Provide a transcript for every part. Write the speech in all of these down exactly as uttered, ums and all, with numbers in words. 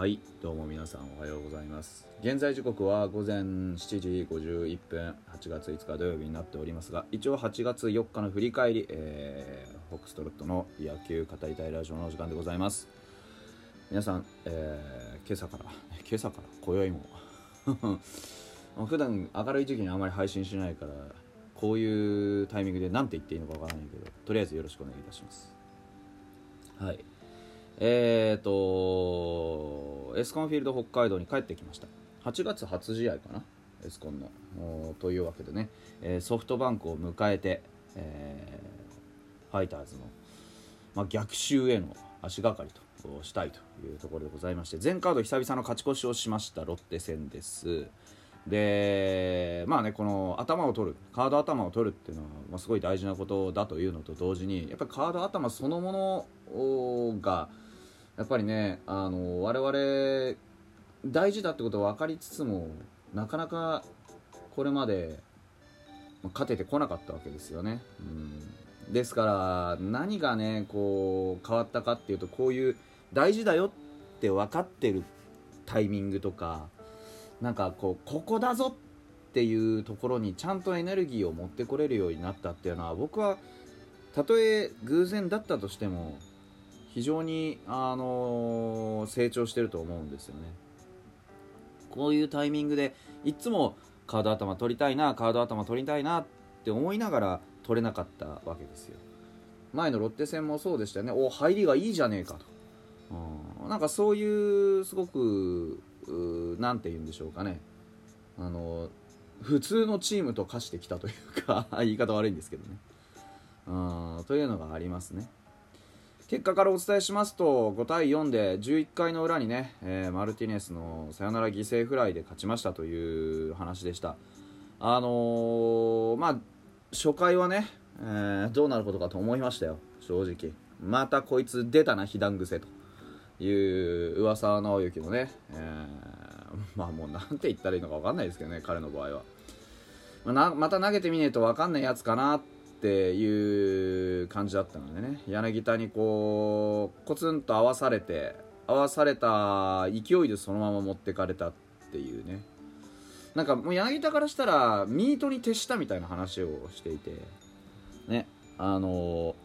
はい、どうも皆さんおはようございます。現在時刻は午前しちじごじゅういっぷん、はちがついつか土曜日になっておりますが、一応はちがつよっかの振り返り、えー、フォックストロットの野球語りたいラジオのお時間でございます。皆さん、えー、今朝から今朝から今宵も普段明るい時期にあまり配信しないから、こういうタイミングで何て言っていいのかわからないけど、とりあえずよろしくお願いいたします。はい。えーとエスコンフィールド北海道に帰ってきました。はちがつ初試合かな、エスコンのというわけでね、えー、ソフトバンクを迎えて、えー、ファイターズの、まあ、逆襲への足がかりとしたいというところでございまして、前カード久々の勝ち越しをしましたロッテ戦です。でまあね、この頭を取るカード頭を取るっていうのは、まあ、すごい大事なことだというのと同時に、やっぱりカード頭そのものがやっぱりね、あの我々大事だってことは分かりつつも、なかなかこれまで勝ててこなかったわけですよね。うんですから何がねこう変わったかっていうと、こういう大事だよって分かってるタイミングとか、なんかこうここだぞっていうところにちゃんとエネルギーを持ってこれるようになったっていうのは、僕はたとえ偶然だったとしても非常に、あのー、成長してると思うんですよね。こういうタイミングでいつもカード頭取りたいなカード頭取りたいなって思いながら取れなかったわけですよ。前のロッテ戦もそうでしたよね。お入りがいいじゃねえかと、うん、なんかそういうすごくなんて言うんでしょうかね、あの普通のチームと化してきたというか言い方悪いんですけどね、うんというのがありますね。結果からお伝えしますと、ごたいよんでじゅういっかいの裏にね、えー、マルティネスのサヨナラ犠牲フライで勝ちましたという話でした。あのー、まあ初回はね、えー、どうなることかと思いましたよ、正直。またこいつ出たな、被弾癖という上沢直之のね、えー、まあもうなんて言ったらいいのか分かんないですけどね、彼の場合は。ま, なまた投げてみねえと分かんないやつかなっていう感じだったのでね、柳田にこうコツンと合わされて合わされた勢いでそのまま持ってかれたっていうね、なんかもう柳田からしたらミートに徹したみたいな話をしていてね、あの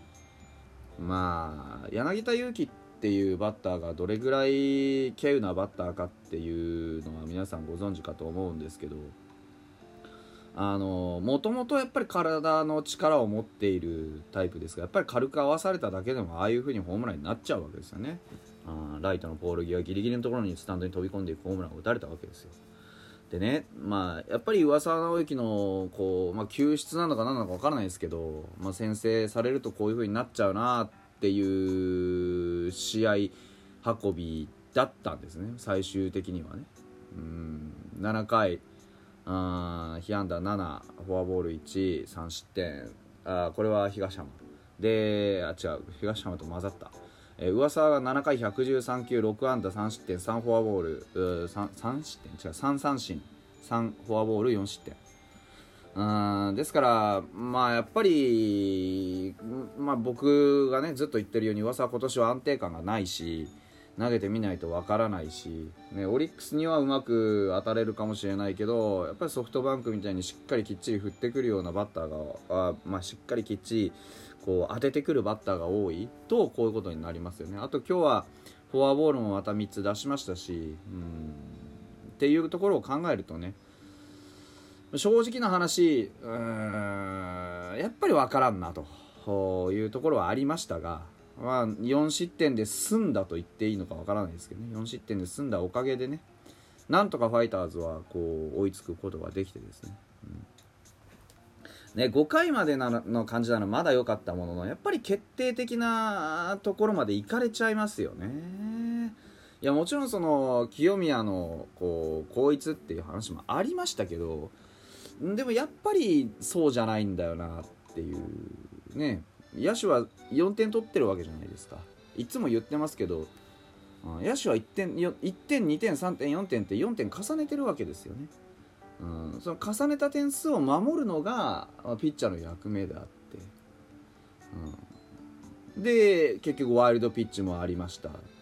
まあ柳田悠岐っていうバッターがどれぐらい稀有なバッターかっていうのは皆さんご存知かと思うんですけど、あのもともとやっぱり体の力を持っているタイプですが、やっぱり軽く合わされただけでもああいう風にホームランになっちゃうわけですよね。あライトのポール際ギリギリのところにスタンドに飛び込んでいくホームランを打たれたわけですよ。でね、まあやっぱり上沢直之のこう、まあ、救出なのか何なのか分からないですけど、まあ、先制されるとこういう風になっちゃうなっていう試合運びだったんですね、最終的にはね。うんななかいあ被安打なな、フォアボールいち、さん失点、あこれは東浜で、あ違う東浜と混ざった、えー、上沢がななかいひゃくじゅうさんきゅう、ろく安打さん失点、さんフォアボール 3, 3失点違うさん三振、さんフォアボールよん失点。うんですからまあやっぱり、まあ、僕がねずっと言ってるように、上沢今年は安定感がないし、投げてみないとわからないし、ね、オリックスにはうまく当たれるかもしれないけど、やっぱりソフトバンクみたいにしっかりきっちり振ってくるようなバッターが、あ、まあ、しっかりきっちりこう当ててくるバッターが多いとこういうことになりますよね。あと今日はフォアボールもまたみっつ出しましたし、うんっていうところを考えるとね、正直な話、うーんやっぱりわからんなというところはありましたが、まあ、よん失点で済んだと言っていいのかわからないですけどね、よん失点で済んだおかげでね、なんとかファイターズはこう追いつくことができてですね、うん、ねごかいまでの感じならまだ良かったものの、やっぱり決定的なところまでいかれちゃいますよね。いやもちろんその清宮のこう後逸っていう話もありましたけど、でもやっぱりそうじゃないんだよなっていうね。野手はよんてん取ってるわけじゃないですか。いつも言ってますけど、野手はいってん、いってん、にてん、さんてん、よんてんってよんてん重ねてるわけですよね。うん、その重ねた点数を守るのがピッチャーの役目であって、うん、で結局ワイルドピッチもありました。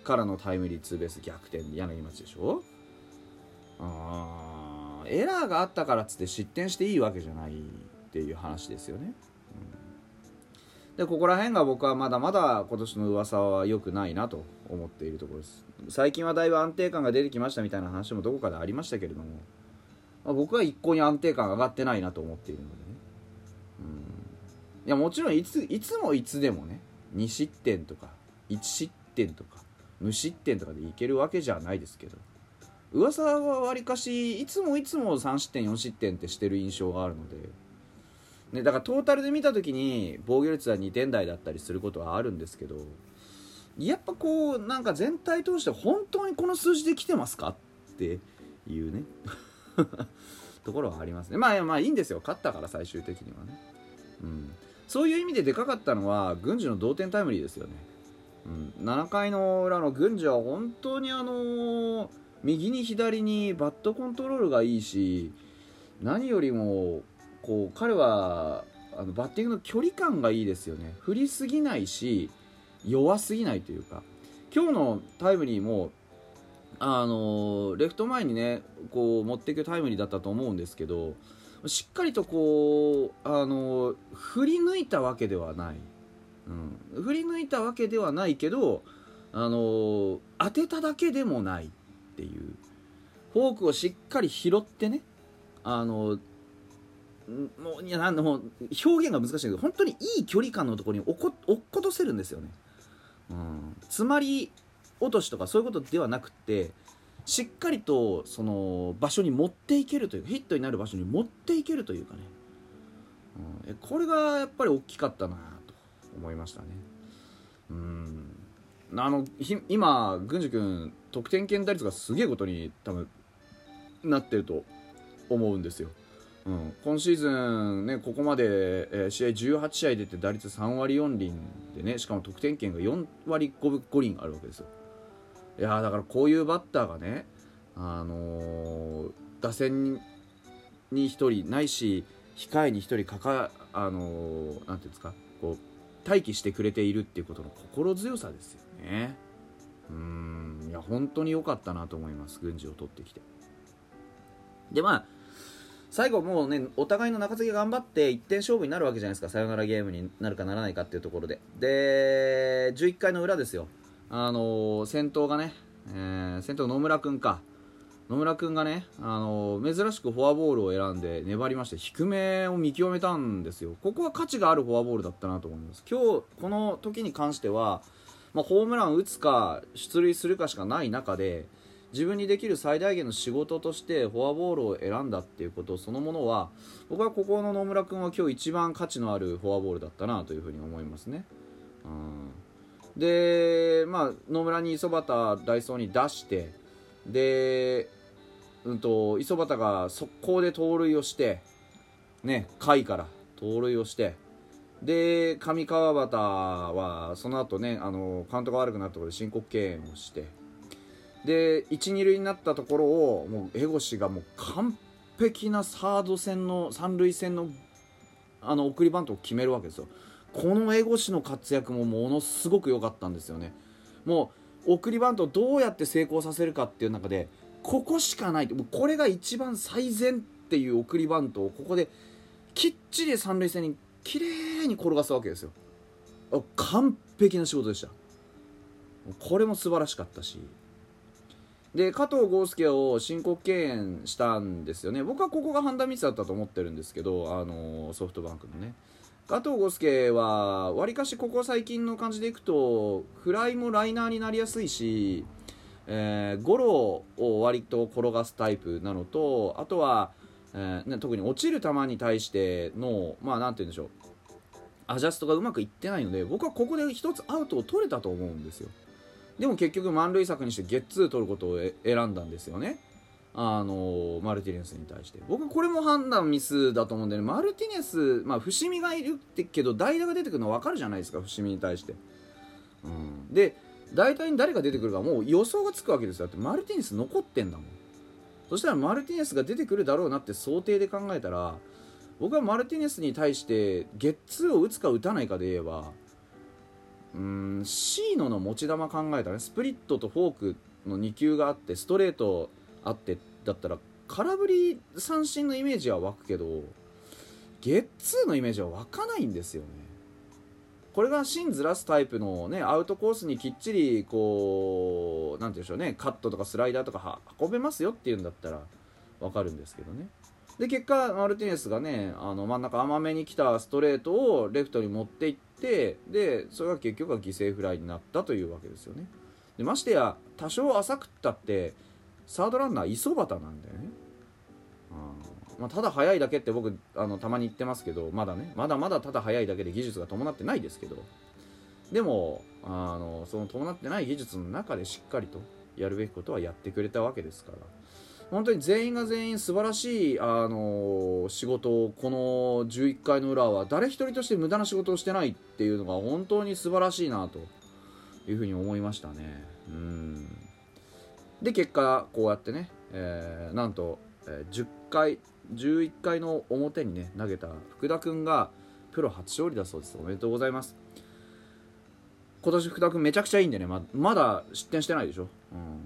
からのタイムリーツーベース逆転柳町でしょ。あエラーがあったからっつって失点していいわけじゃないっていう話ですよね、うん、でここら辺が僕はまだまだ今年の噂は良くないなと思っているところです。最近はだいぶ安定感が出てきましたみたいな話もどこかでありましたけれども、まあ、僕は一向に安定感が上がってないなと思っているのでね、うん、いやもちろんいついつもいつでもねに失点とかいち失点とか無失点とかでいけるわけじゃないですけど、噂はわりかしいつもいつもさん失点よん失点ってしてる印象があるので、ね、だからトータルで見た時に防御率はにてん台だったりすることはあるんですけど、やっぱこうなんか全体通して本当にこの数字で来てますかっていうねところはありますね。まあまあいいんですよ、勝ったから最終的にはね、うん、そういう意味ででかかったのは郡司の同点タイムリーですよね、うん、ななかいの裏の郡司は本当にあのー右に左にバットコントロールがいいし、何よりもこう彼はあのバッティングの距離感がいいですよね。振りすぎないし弱すぎないというか、今日のタイムリーもあのレフト前にねこう持っていくタイムリーだったと思うんですけど、しっかりとこうあの振り抜いたわけではない、うん、振り抜いたわけではないけどあの当てただけでもないっていう、フォークをしっかり拾ってね、あのもういやなんでも表現が難しいけど本当にいい距離感のところに落っこ、落っことせるんですよね、うん、つまり落としとかそういうことではなくて、しっかりとその場所に持っていけるというヒットになる場所に持っていけるというかね、うん、これがやっぱり大きかったなと思いましたね。うんあの今郡司君得点圏打率がすげえことに多分なってると思うんですよ、うん、今シーズンねここまで、えー、試合じゅうはち試合出て打率さん割よん厘でね、しかも得点圏がよん割 5, 5厘あるわけですよ。いやだからこういうバッターがね、あのー、打線にひとりないし控えにひとりかかあのー、なんていうんですかこう待機してくれているっていうことの心強さですよね。うーんいや本当に良かったなと思います、郡司を取ってきて。でまあ最後もうねお互いの中継ぎ頑張っていってん勝負になるわけじゃないですか、サヨナラゲームになるかならないかっていうところで、でじゅういっかいの裏ですよ、あのー、先頭がね、えー、先頭野村君か野村君がね、あのー、珍しくフォアボールを選んで粘りまして低めを見極めたんですよ。ここは価値があるフォアボールだったなと思います。今日この時に関しては、まあ、ホームラン打つか出塁するかしかない中で自分にできる最大限の仕事としてフォアボールを選んだっていうことそのものは、僕はここの野村君は今日一番価値のあるフォアボールだったなというふうに思いますね。うんでまあ野村に磯端代走に出してでうんと磯端が速攻で盗塁をしてね下位から盗塁をしてで上川端はその後ねあのカウントが悪くなったところで申告敬遠をしてでいち、に塁になったところをもう江越がもう完璧なサード線の三塁線のあの送りバントを決めるわけですよ。この江越の活躍もものすごく良かったんですよね。もう送りバントをどうやって成功させるかっていう中でここしかないもうこれが一番最善っていう送りバントをここできっちり三塁線にきれいに転がすわけですよ。完璧な仕事でした。これも素晴らしかったしで加藤豪将を申告敬遠したんですよね。僕はここが判断ミスだったと思ってるんですけど、あのソフトバンクのね加藤豪将はわりかしここ最近の感じでいくとフライもライナーになりやすいし、えー、ゴロを割と転がすタイプなのと、あとは、えーね、特に落ちる球に対してのまあなんて言うんでしょうアジャストがうまくいってないので、僕はここで一つアウトを取れたと思うんですよ。でも結局満塁策にしてゲッツー取ることを選んだんですよね、あのマルティネスに対して。僕これも判断ミスだと思うんで、ね、マルティネス、まあ、伏見がいるってけど代打が出てくるの分かるじゃないですか伏見に対して、うん、で代打に誰が出てくるかもう予想がつくわけですよ。だってマルティネス残ってんだもん。そしたらマルティネスが出てくるだろうなって想定で考えたら、僕はマルティネスに対してゲッツーを打つか打たないかで言えばうーんシーノの持ち球考えたら、ね、スプリットとフォークのに球があってストレートあってだったら空振り三振のイメージは湧くけどゲッツーのイメージは湧かないんですよね。これが芯ずらすタイプの、ね、アウトコースにきっちりこうなんていうんでしょうね、カットとかスライダーとか運べますよっていうんだったら分かるんですけどね。で結果マルティネスがねあの真ん中甘めに来たストレートをレフトに持っていって、でそれが結局は犠牲フライになったというわけですよね。でましてや多少浅くったってサードランナー磯端なんだよね。まあ、ただ速いだけって僕あのたまに言ってますけど、まだねまだまだただ速いだけで技術が伴ってないですけど、でもあのその伴ってない技術の中でしっかりとやるべきことはやってくれたわけですから、本当に全員が全員素晴らしいあの仕事をこのじゅういっかいの裏は誰一人として無駄な仕事をしてないっていうのが本当に素晴らしいなというふうに思いましたね。うんで結果こうやってね、えー、なんと、えー、じゅっかいじゅういっかいの表にね投げた福田君がプロ初勝利だそうです。おめでとうございます。今年福田君めちゃくちゃいいんでね、 ま, まだ失点してないでしょ、うん、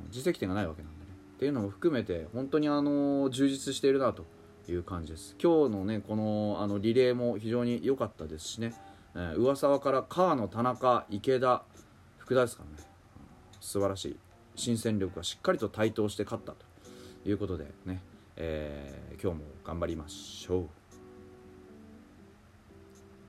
自責点がないわけなんでねっていうのも含めて本当にあの充実しているなという感じです。今日のねこのあのリレーも非常に良かったですしね、えー、上沢から川野、田中、池田、福田ですからね、素晴らしい新戦力がしっかりと台頭して勝ったということでね、えー、今日も頑張りましょう。